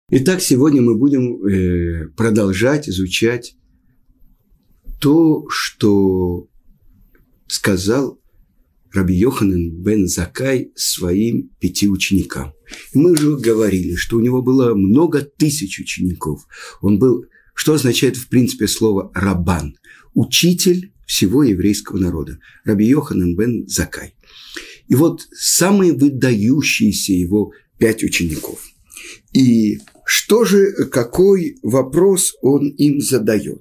Итак, сегодня мы будем продолжать изучать то, что сказал Раби Йоханан бен Заккай своим 5 ученикам. Мы уже говорили, что у него было много тысяч учеников. Он был, что означает в принципе слово «раббан» – учитель всего еврейского народа. Раби Йоханан бен Заккай. И вот самые выдающиеся его 5 учеников. И что же, какой вопрос он им задает?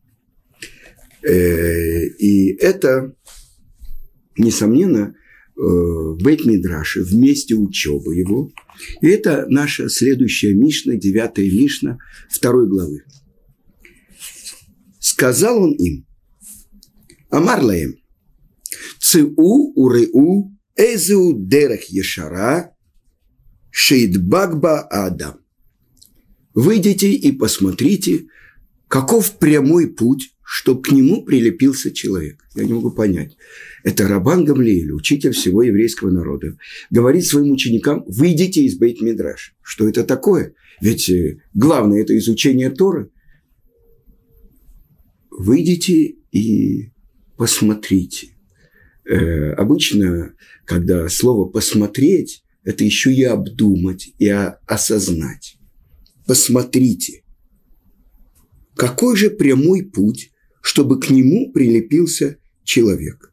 И это, несомненно, в Бейт-Мидраше, в месте учебы его. И это наша следующая Мишна, 9-я Мишна 2 главы. Сказал он им: Амар лаем, цеу уреу эзеу дерех ешара шеидбагба адам. Выйдите и посмотрите, каков прямой путь, чтобы к нему прилепился человек. Я не могу понять. Это Раббан Гамлиэль, учитель всего еврейского народа, говорит своим ученикам: выйдите из Бейт-Мидраша. Что это такое? Ведь главное – это изучение Торы. Выйдите и посмотрите. Обычно, когда слово «посмотреть», это еще и обдумать, и осознать. Посмотрите, какой же прямой путь, чтобы к нему прилепился человек.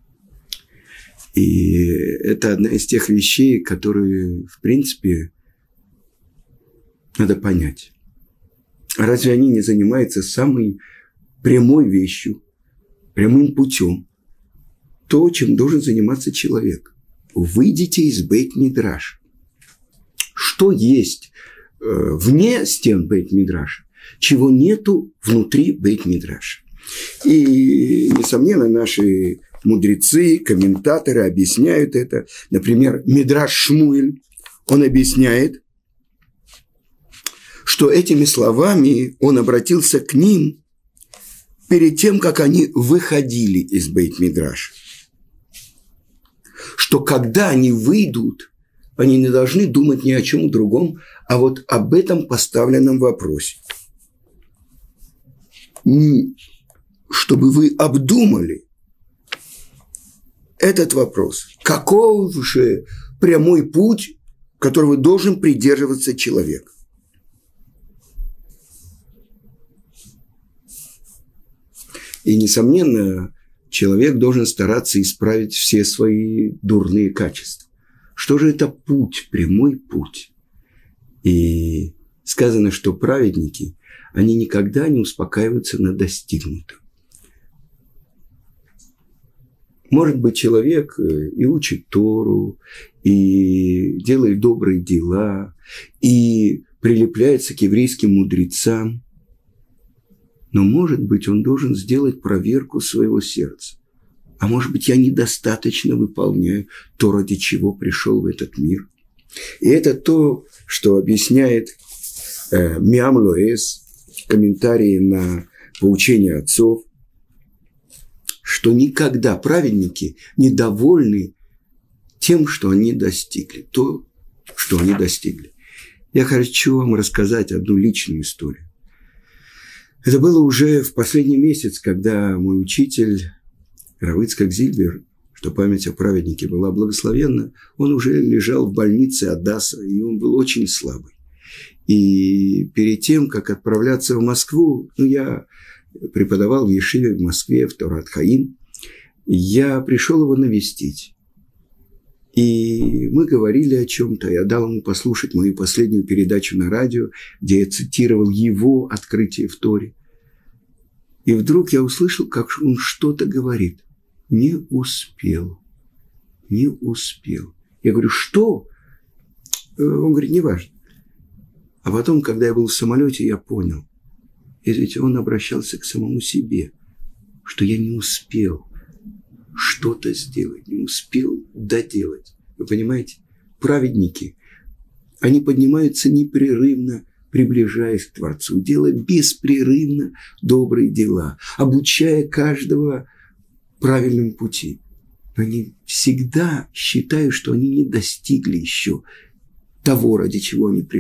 И это одна из тех вещей, которые, в принципе, надо понять. Разве они не занимаются самой прямой вещью, прямым путем? То, чем должен заниматься человек. Выйдите из Бейт-Мидраша. Что есть вне стен Бейт-Мидраша, чего нету внутри Бейт-Мидраша? И, несомненно, наши мудрецы, комментаторы объясняют это. Например, Мидраш Шмуэль, он объясняет, что этими словами он обратился к ним перед тем, как они выходили из Бейт-Мидраша. Что когда они выйдут, они не должны думать ни о чем другом, а вот об этом поставленном вопросе. Чтобы вы обдумали этот вопрос. Каков же прямой путь, которого должен придерживаться человек? И, несомненно, человек должен стараться исправить все свои дурные качества. Что же это путь, прямой путь? И сказано, что праведники, они никогда не успокаиваются на достигнутом. Может быть, человек и учит Тору, и делает добрые дела, и прилепляется к еврейским мудрецам, но, может быть, он должен сделать проверку своего сердца. А может быть, я недостаточно выполняю то, ради чего пришел в этот мир. И это то, что объясняет Миам Лоэс, комментарии на поучение отцов, что никогда праведники недовольны тем, что они достигли, то, что они достигли. Я хочу вам рассказать одну личную историю. Это было уже в последний месяц, когда мой учитель Рав Ицхак Зильбер, что память о праведнике была благословенна, он уже лежал в больнице Адаса, и он был очень слабый. И перед тем, как отправляться в Москву, я преподавал в Ешиве в Москве, в Торат Хаим, я пришел его навестить. И мы говорили о чем-то. Я дал ему послушать мою последнюю передачу на радио, где я цитировал его открытие в Торе. И вдруг я услышал, как он что-то говорит. Не успел. Я говорю: что? Он говорит: неважно. А потом, когда я был в самолете, я понял. И ведь он обращался к самому себе, что я не успел что-то сделать, не успел доделать. Вы понимаете? Праведники, они поднимаются непрерывно, приближаясь к Творцу, делая беспрерывно добрые дела, обучая каждого правильному пути. Но они всегда считают, что они не достигли еще того, ради чего они пришли.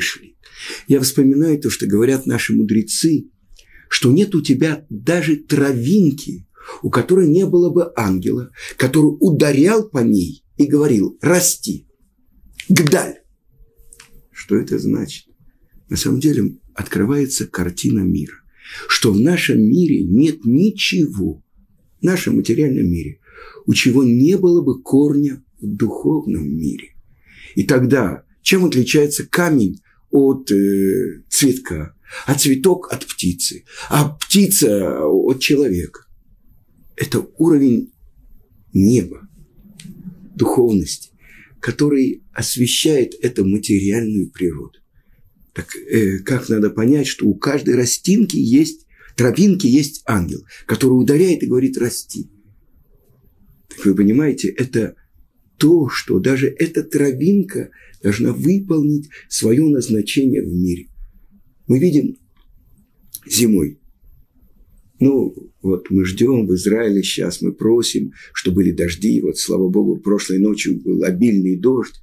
Я вспоминаю то, что говорят наши мудрецы, что нет у тебя даже травинки, у которой не было бы ангела, который ударял по ней и говорил: расти, гдаль. Что это значит? На самом деле открывается картина мира, что в нашем мире нет ничего, в нашем материальном мире, у чего не было бы корня в духовном мире. И тогда чем отличается камень от цветка, а цветок от птицы, а птица от человека? Это уровень неба, духовности, который освещает эту материальную природу. Так как надо понять, что у каждой растинки есть, травинки есть ангел, который ударяет и говорит: расти. Так вы понимаете, это то, что даже эта травинка должна выполнить свое назначение в мире. Мы видим зимой. Вот мы ждем в Израиле сейчас, мы просим, чтобы были дожди. Вот, слава Богу, прошлой ночью был обильный дождь.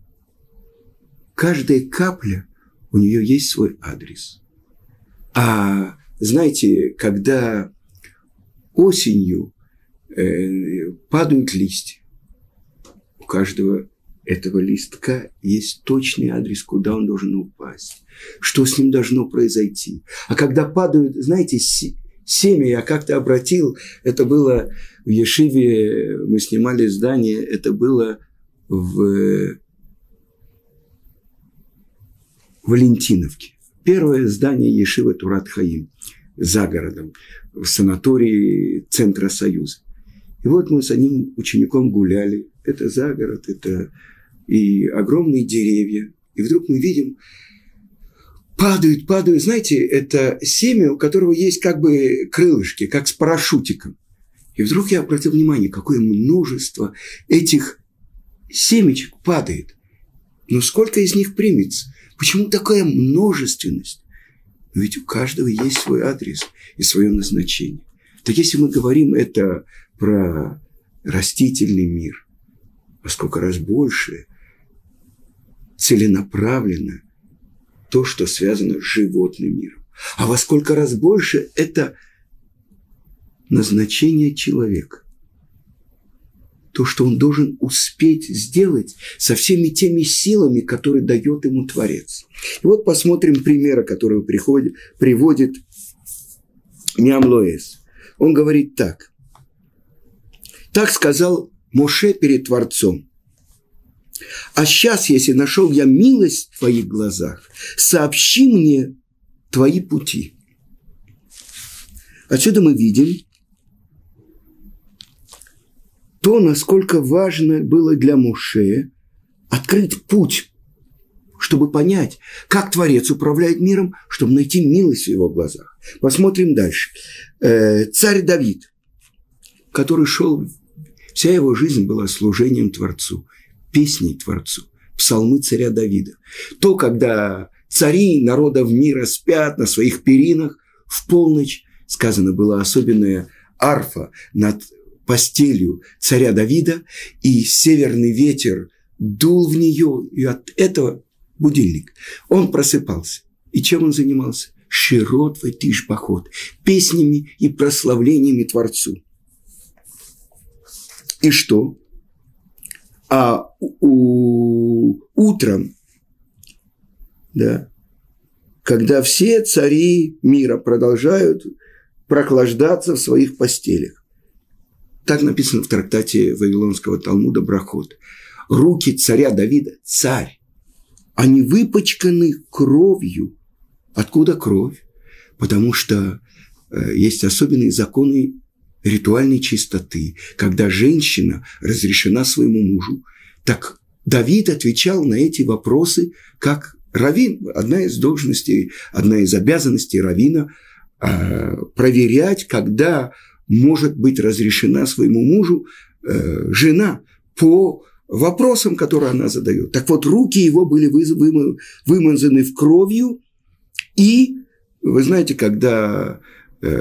Каждая капля, у нее есть свой адрес. А знаете, когда осенью падают листья, у каждого этого листка есть точный адрес, куда он должен упасть, что с ним должно произойти. А когда падают, знаете, семя, я как-то обратил, это было в Ешиве, мы снимали здание, это было в Валентиновке. Первое здание Ешивы Турат Хаим за городом, в санатории Центра Союза. И вот мы с одним учеником гуляли. Это за город, это и огромные деревья. И вдруг мы видим, падают. Знаете, это семя, у которого есть как бы крылышки, как с парашютиком. И вдруг я обратил внимание, какое множество этих семечек падает. Но сколько из них примется? Почему такая множественность? Но ведь у каждого есть свой адрес и свое назначение. Так если мы говорим это про растительный мир, во сколько раз больше целенаправленно то, что связано с животным миром. А во сколько раз больше это назначение человека. То, что он должен успеть сделать со всеми теми силами, которые дает ему Творец. И вот посмотрим примеры, которые приводит Миам Лоэс. Он говорит так. Так сказал Моше перед Творцом: а сейчас, если нашел я милость в твоих глазах, сообщи мне твои пути. Отсюда мы видим то, насколько важно было для Моше открыть путь, чтобы понять, как Творец управляет миром, чтобы найти милость в его глазах. Посмотрим дальше. Царь Давид, который шел, вся его жизнь была служением Творцу, песней Творцу, псалмы царя Давида. То, когда цари народов мира спят на своих перинах, в полночь, сказано, была особенная арфа над постелью царя Давида, и северный ветер дул в нее, и от этого будильник. Он просыпался. И чем он занимался? Широт вэтиш поход, песнями и прославлениями Творцу. И что? А утром, да, когда все цари мира продолжают прохлаждаться в своих постелях. Так написано в трактате Вавилонского Талмуда Брахот. Руки царя Давида, царь, они выпачканы кровью. Откуда кровь? Потому что есть особенные законы ритуальной чистоты, когда женщина разрешена своему мужу. Так Давид отвечал на эти вопросы как раввин. Одна из должностей, одна из обязанностей раввина проверять, когда может быть разрешена своему мужу жена по вопросам, которые она задает. Так вот, руки его были вымазаны в кровью, и вы знаете, когда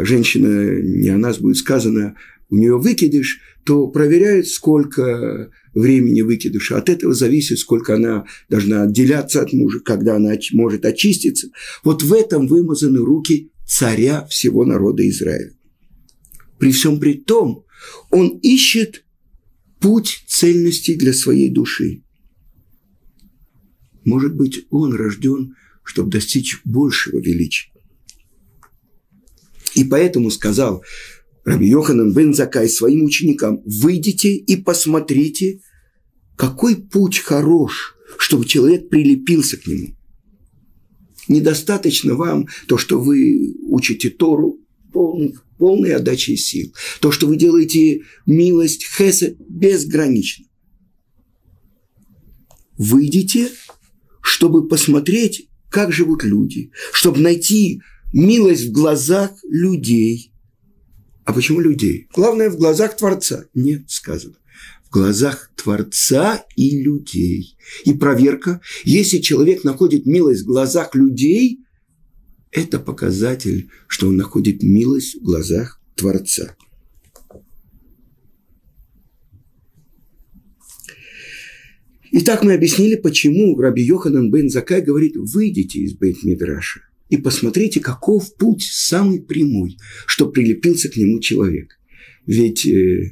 женщина, не о нас будет сказано, у нее выкидыш, то проверяют, сколько времени выкидыша. От этого зависит, сколько она должна отделяться от мужа, когда она может очиститься. Вот в этом вымазаны руки царя всего народа Израиля. При всем при том, он ищет путь цельности для своей души. Может быть, он рожден, чтобы достичь большего величия. И поэтому сказал Раби Йоханан бен Заккай своим ученикам: выйдите и посмотрите, какой путь хорош, чтобы человек прилепился к нему. Недостаточно вам то, что вы учите Тору, полной отдачей сил. То, что вы делаете милость, хесед, безгранично. Выйдите, чтобы посмотреть, как живут люди, чтобы найти милость в глазах людей. А почему людей? Главное, в глазах Творца. Нет, сказано. В глазах Творца и людей. И проверка, если человек находит милость в глазах людей, это показатель, что он находит милость в глазах Творца. Итак, мы объяснили, почему Раби Йоханан бен Заккай говорит: выйдите из Бейт-Мидраша и посмотрите, каков путь самый прямой, что прилепился к нему человек. Ведь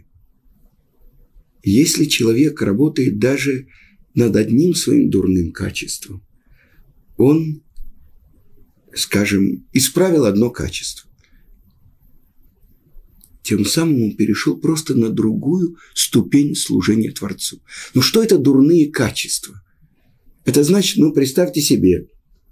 если человек работает даже над одним своим дурным качеством, он, скажем, исправил одно качество, тем самым он перешел просто на другую ступень служения Творцу. Ну что это дурные качества? Это значит, представьте себе,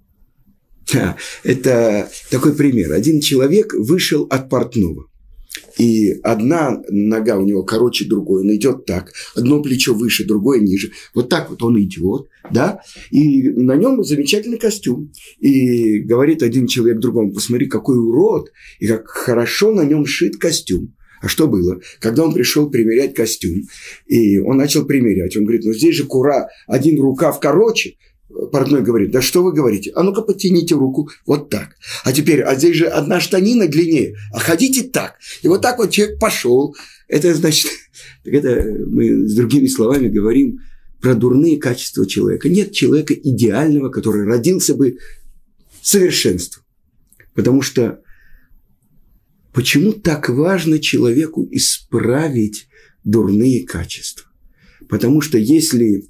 это такой пример. Один человек вышел от портного, и одна нога у него короче другой, он идет так, одно плечо выше, другое ниже, вот так вот он идет, да, и на нем замечательный костюм. И говорит один человек другому: посмотри, какой урод, и как хорошо на нем шит костюм. А что было? Когда он пришел примерять костюм, и он начал примерять, он говорит: здесь же один рукав короче. Портной говорит: да что вы говорите? А ну-ка подтяните руку вот так. А здесь же одна штанина длиннее, а ходите так. И вот так вот человек пошел. Это значит, это мы с другими словами говорим про дурные качества человека. Нет человека идеального, который родился бы совершенством. Потому что почему так важно человеку исправить дурные качества? Потому что если,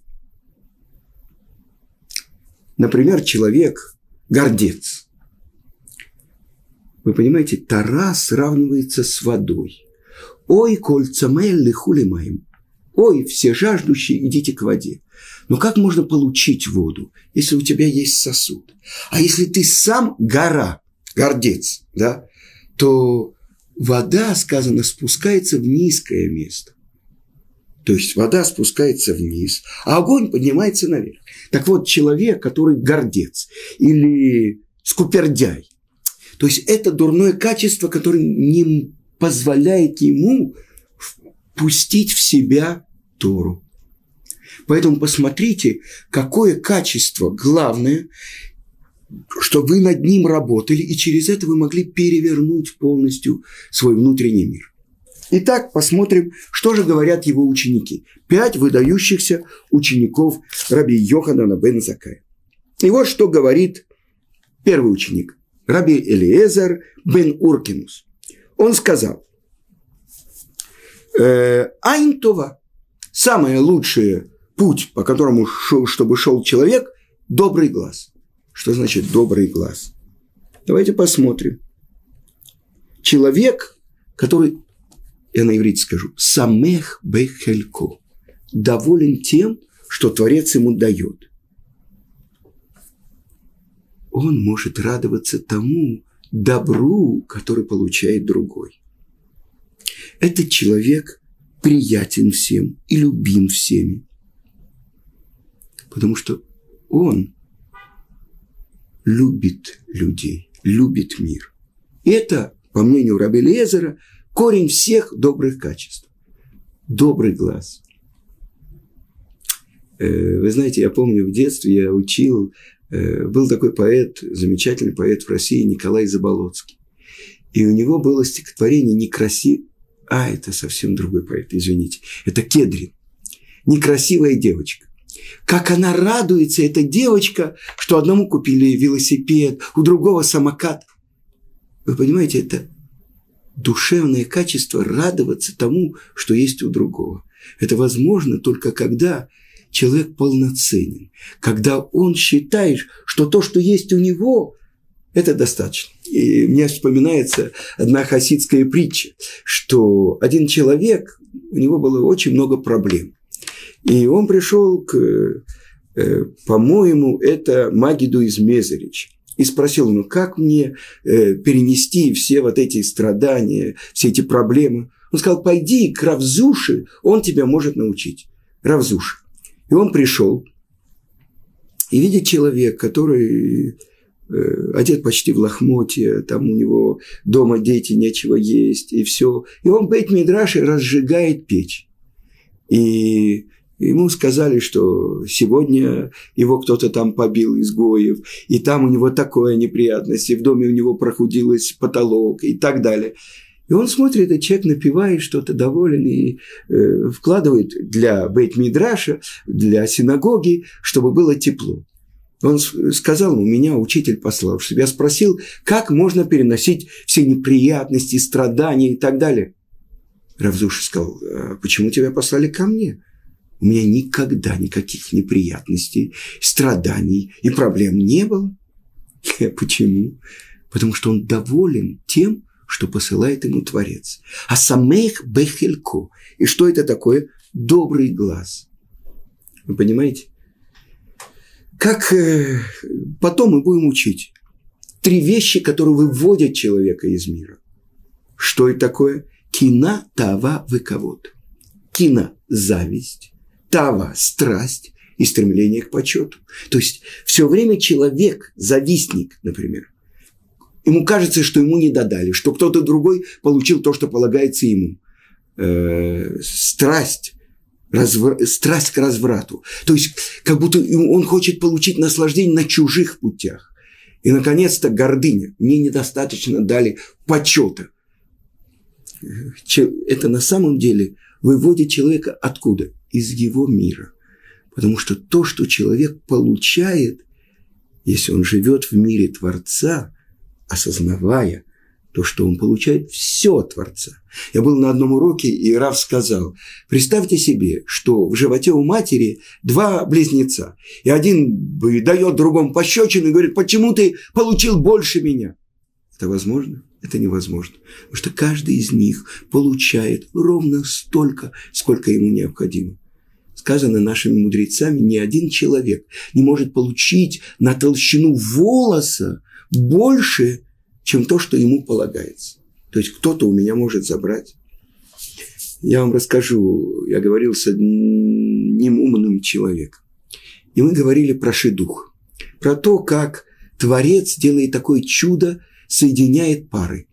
например, человек гордец, вы понимаете, Тора сравнивается с водой. Ой, коль цамэ лиху лимаим. Ой, все жаждущие, идите к воде. Но как можно получить воду, если у тебя есть сосуд? А если ты сам гора, гордец, да, то вода, сказано, спускается в низкое место. То есть вода спускается вниз, а огонь поднимается наверх. Так вот, человек, который гордец или скупердяй, то есть это дурное качество, которое не позволяет ему впустить в себя Тору. Поэтому посмотрите, какое качество главное, что вы над ним работали, и через это вы могли перевернуть полностью свой внутренний мир. Итак, посмотрим, что же говорят его ученики. 5 выдающихся учеников Раби Йоханана бен Заккая. И вот что говорит первый ученик, Раби Элиэзер бен Уркинус. Он сказал: Айн Това, самый лучший путь, по которому чтобы шел человек, добрый глаз. Что значит добрый глаз? Давайте посмотрим. Человек, который, я на иврите скажу, самех бехелько, доволен тем, что Творец ему дает. Он может радоваться тому добру, который получает другой. Этот человек приятен всем и любим всеми, потому что он любит людей, любит мир. И это, по мнению Раби Элиэзера, корень всех добрых качеств. Добрый глаз. Вы знаете, я помню, в детстве я учил, был такой поэт, замечательный поэт в России, Николай Заболоцкий. И у него было стихотворение «Некрасив». Это совсем другой поэт, извините. Это Кедрин. некрасивая девочка. Как она радуется, эта девочка, что одному купили велосипед, у другого самокат. Вы понимаете, это душевное качество радоваться тому, что есть у другого. Это возможно только когда человек полноценен, когда он считает, что то, что есть у него, это достаточно. И мне вспоминается одна хасидская притча, что один человек, у него было очень много проблем. И он пришел к, по-моему, это Магиду из Мезерича. И спросил, ну как мне перенести все вот эти страдания, все эти проблемы? Он сказал, пойди к Рав Зуши, он тебя может научить. Рав Зуши. И он пришел и видит человека, который одет почти в лохмотья, там у него дома дети, нечего есть, и все. И он бейт-мидраш разжигает печь. И ему сказали, что сегодня его кто-то там побил, изгоев, и там у него такое неприятность, и в доме у него прохудилась потолок и так далее. И он смотрит, этот человек напевает что-то, доволен, и вкладывает для бейт-мидраша, для синагоги, чтобы было тепло. Он сказал, у меня учитель послал, чтобы я спросил, как можно переносить все неприятности, страдания и так далее. Рав Зуши сказал, почему тебя послали ко мне? У меня никогда никаких неприятностей, страданий и проблем не было. Почему? Потому что он доволен тем, что посылает ему Творец. А самех бехелько. И что это такое? Добрый глаз. Вы понимаете? Как потом мы будем учить 3 вещи, которые выводят человека из мира. Что это такое? Кина, тава, выковод. Кина – зависть, тава – страсть и стремление к почету. То есть все время человек, завистник, например, ему кажется, что ему не додали, что кто-то другой получил то, что полагается ему. Страсть к разврату. То есть как будто он хочет получить наслаждение на чужих путях. И, наконец-то, гордыня. Мне недостаточно дали почета. Это на самом деле выводит человека откуда? Из его мира. Потому что то, что человек получает, если он живет в мире Творца, осознавая то, что он получает все от Творца. Я был на одном уроке, и Рав сказал, представьте себе, что в животе у матери 2 близнеца, и один дает другому пощечину и говорит, почему ты получил больше меня? Это возможно? Это невозможно. Потому что каждый из них получает ровно столько, сколько ему необходимо. Сказано нашими мудрецами, ни один человек не может получить на толщину волоса больше, чем то, что ему полагается. То есть кто-то у меня может забрать. Я вам расскажу, я говорил с одним умным человеком. И мы говорили про шидух. Про то, как Творец делает такое чудо, соединяет пары.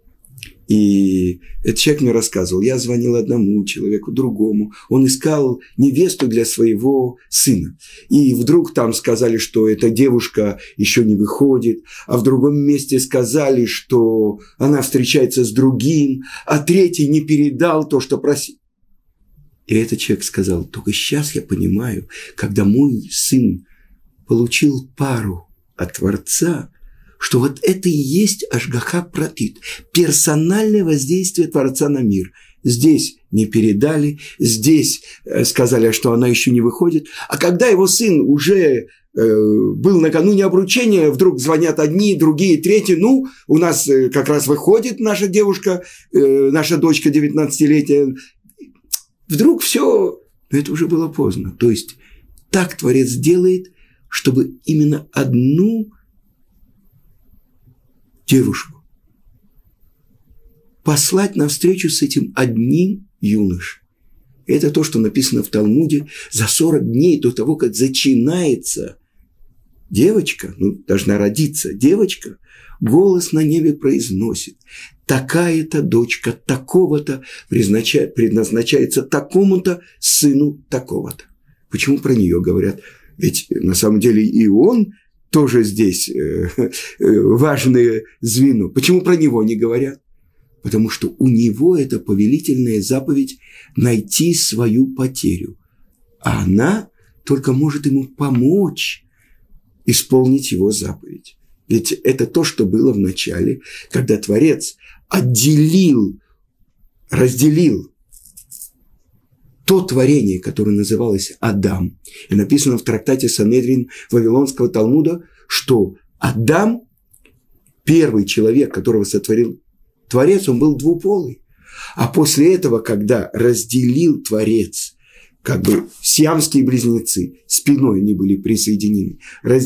И этот человек мне рассказывал, я звонил одному человеку, другому, он искал невесту для своего сына. И вдруг там сказали, что эта девушка еще не выходит, а в другом месте сказали, что она встречается с другим, а третий не передал то, что просил. И этот человек сказал, только сейчас я понимаю, когда мой сын получил пару от Творца, что вот это и есть ашгаха пратит, персональное воздействие Творца на мир. Здесь не передали, здесь сказали, что она еще не выходит. А когда его сын уже был накануне обручения, вдруг звонят одни, другие, третьи. Ну, у нас как раз выходит наша девушка, наша дочка 19-летняя. Вдруг все, но это уже было поздно. То есть так Творец делает, чтобы именно одну девушку послать навстречу с этим одним юношей. Это то, что написано в Талмуде за 40 дней до того, как начинается девочка, должна родиться девочка, голос на небе произносит: такая-то дочка такого-то предназначается такому-то сыну такого-то. Почему про нее говорят? Ведь на самом деле и он тоже здесь важное звено. Почему про него не говорят? Потому что у него это повелительная заповедь найти свою потерю. а она только может ему помочь исполнить его заповедь. Ведь это то, что было в начале, когда Творец разделил то творение, которое называлось Адам. И написано в трактате Санедрин Вавилонского Талмуда, что Адам, первый человек, которого сотворил Творец, он был двуполый. А после этого, когда разделил Творец, как бы сиамские близнецы, спиной они были присоединены,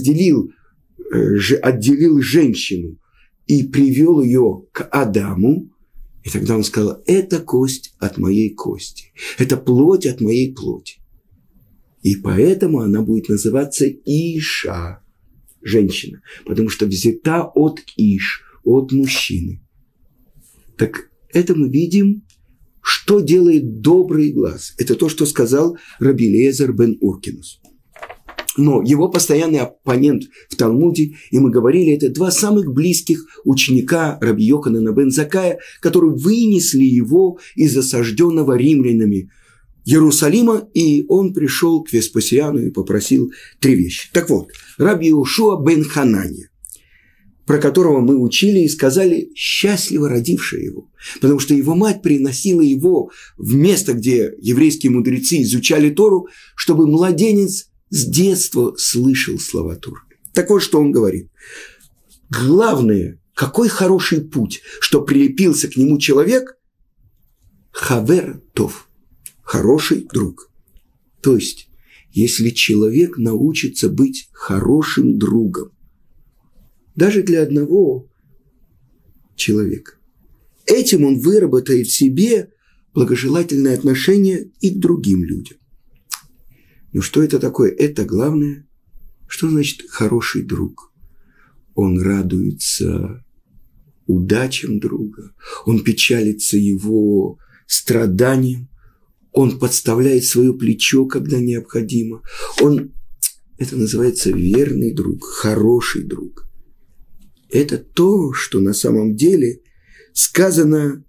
отделил женщину и привел ее к Адаму, и тогда он сказал: это кость от моей кости, это плоть от моей плоти. И поэтому она будет называться Иша, женщина, потому что взята от Иш, от мужчины. Так это мы видим, что делает добрый глаз. Это то, что сказал Раби Элиэзер бен Уркинус. Но его постоянный оппонент в Талмуде, и мы говорили, это два самых близких ученика Раби Йоханана бен Заккая, которые вынесли его из осажденного римлянами Иерусалима, и он пришел к Веспасиану и попросил 3 вещи. Так вот, Раби Йошуа бен Хананья, про которого мы учили и сказали, счастливо родившая его, потому что его мать приносила его в место, где еврейские мудрецы изучали Тору, чтобы младенец с детства слышал слова Торы. Так вот, что он говорит. Главное, какой хороший путь, что прилепился к нему человек, хавер тов, хороший друг. То есть, если человек научится быть хорошим другом, даже для одного человека, этим он выработает в себе благожелательное отношение и к другим людям. Ну что это такое? Это главное. Что значит хороший друг? Он радуется удачам друга, он печалится его страданиям, он подставляет свое плечо, когда необходимо. Это называется верный друг, хороший друг. Это то, что на самом деле сказано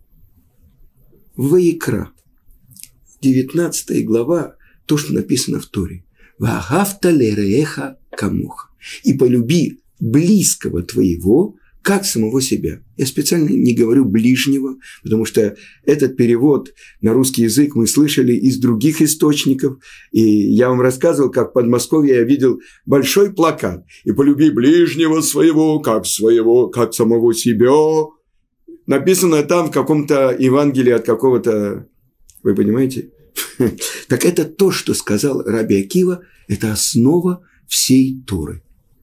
в Ваикра, 19 глава, то, что написано в Торе. «Ваагавта лереха камоха» и полюби близкого твоего, как самого себя. Я специально не говорю ближнего, потому что этот перевод на русский язык мы слышали из других источников. И я вам рассказывал, как в Подмосковье я видел большой плакат. «И полюби ближнего своего, как самого себя». Написано там в каком-то Евангелии от какого-то, вы понимаете? Так это то, что сказал Раби Акива, это основа всей Торы.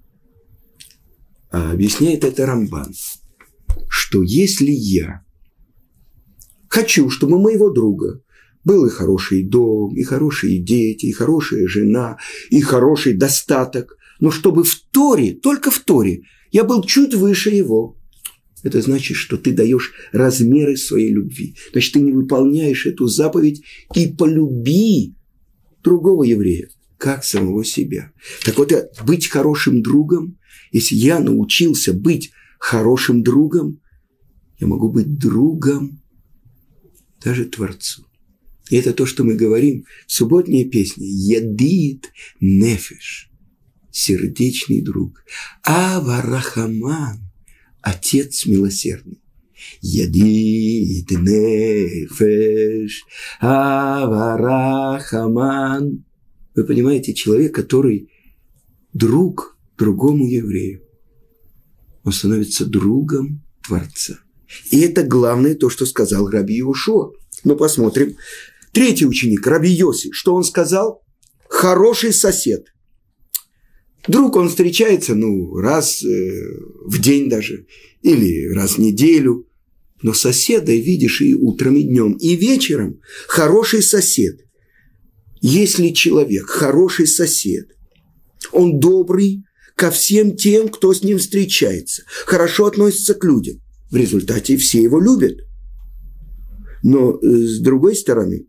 А объясняет это Рамбан, что если я хочу, чтобы у моего друга был и хороший дом, и хорошие дети, и хорошая жена, и хороший достаток, но чтобы в Торе, только в Торе, я был чуть выше его, это значит, что ты даешь размеры своей любви. Значит, ты не выполняешь эту заповедь и полюби другого еврея, как самого себя. Так вот, быть хорошим другом, если я научился быть хорошим другом, я могу быть другом даже Творцу. И это то, что мы говорим в субботней песне. Ядит нефеш, сердечный друг. Ава рахаман, Отец милосердный. Ядит нефеш, ава рахаман. Вы понимаете, человек, который друг другому еврею, он становится другом Творца. И это главное то, что сказал Раби Йошуа. Ну, посмотрим. 3-й ученик, Раби Йоси, что он сказал? Хороший сосед. Друг, он встречается, раз в день даже, или раз в неделю. Но соседа видишь и утром, и днем, и вечером. Хороший сосед. Если человек хороший сосед, он добрый ко всем тем, кто с ним встречается, хорошо относится к людям, в результате все его любят. Но с другой стороны,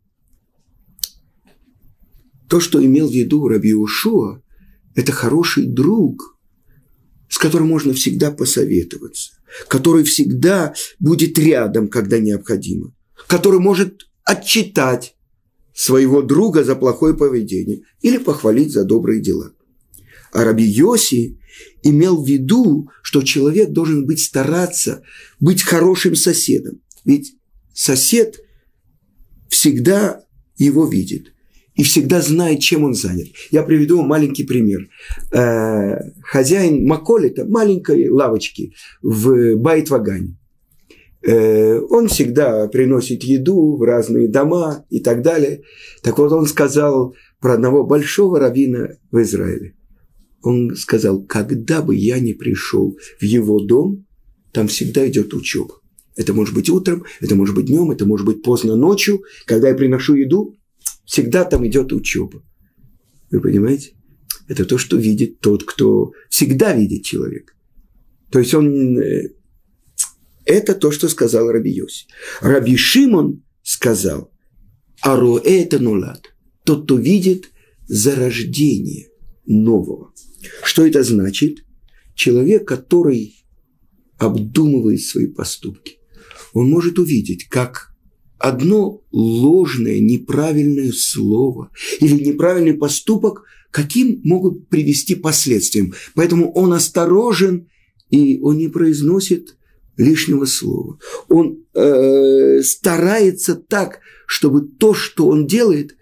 то, что имел в виду Раби Йошуа, это хороший друг, с которым можно всегда посоветоваться, который всегда будет рядом, когда необходимо, который может отчитать, своего друга за плохое поведение или похвалить за добрые дела. А Раби Йоси имел в виду, что человек должен стараться быть хорошим соседом. Ведь сосед всегда его видит и всегда знает, чем он занят. Я приведу вам маленький пример. Хозяин Маколета, маленькой лавочки в Байт-Вагане, он всегда приносит еду в разные дома и так далее. Так вот, он сказал про одного большого раввина в Израиле. Он сказал, когда бы я ни пришел в его дом, там всегда идет учеба. Это может быть утром, это может быть днем, это может быть поздно ночью. Когда я приношу еду, всегда там идет учеба. Вы понимаете? Это то, что видит тот, кто всегда видит человека. То есть он... Это то, что сказал Раби Йоси. Раби Шимон сказал, ароэ это нулад. Тот, кто видит зарождение нового. Что это значит? Человек, который обдумывает свои поступки, он может увидеть, как одно ложное, неправильное слово или неправильный поступок, каким могут привести последствиям. Поэтому он осторожен, и он не произносит лишнего слова. Он старается так, чтобы то, что он делает,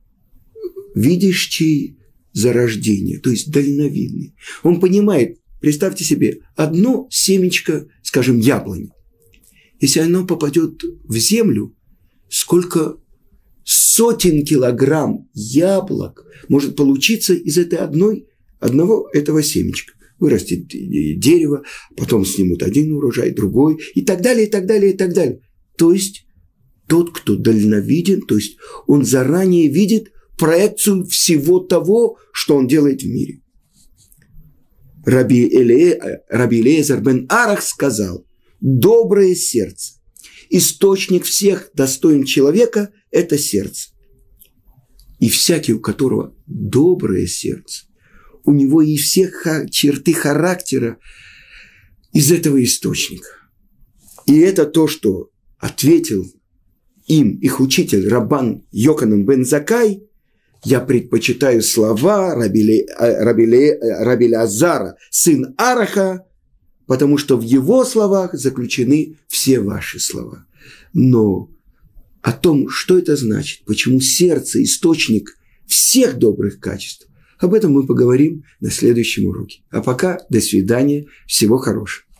видящий зарождение, то есть дальновидный. Он понимает, представьте себе, одно семечко, скажем, яблони. Если оно попадет в землю, сколько сотен килограмм яблок может получиться из одного этого семечка. Вырастет дерево, потом снимут один урожай, другой, и так далее, и так далее, и так далее. То есть тот, кто дальновиден, то есть он заранее видит проекцию всего того, что он делает в мире. Раби Элиэзер бен Арах сказал, доброе сердце, источник всех достоин человека – это сердце. И всякий, у которого доброе сердце, у него и все черты характера из этого источника. И это то, что ответил им их учитель Раббан Йоханан бен Заккай. Я предпочитаю слова Раби Элиазара, сын Араха, потому что в его словах заключены все ваши слова. Но о том, что это значит, почему сердце – источник всех добрых качеств, об этом мы поговорим на следующем уроке. А пока до свидания, всего хорошего.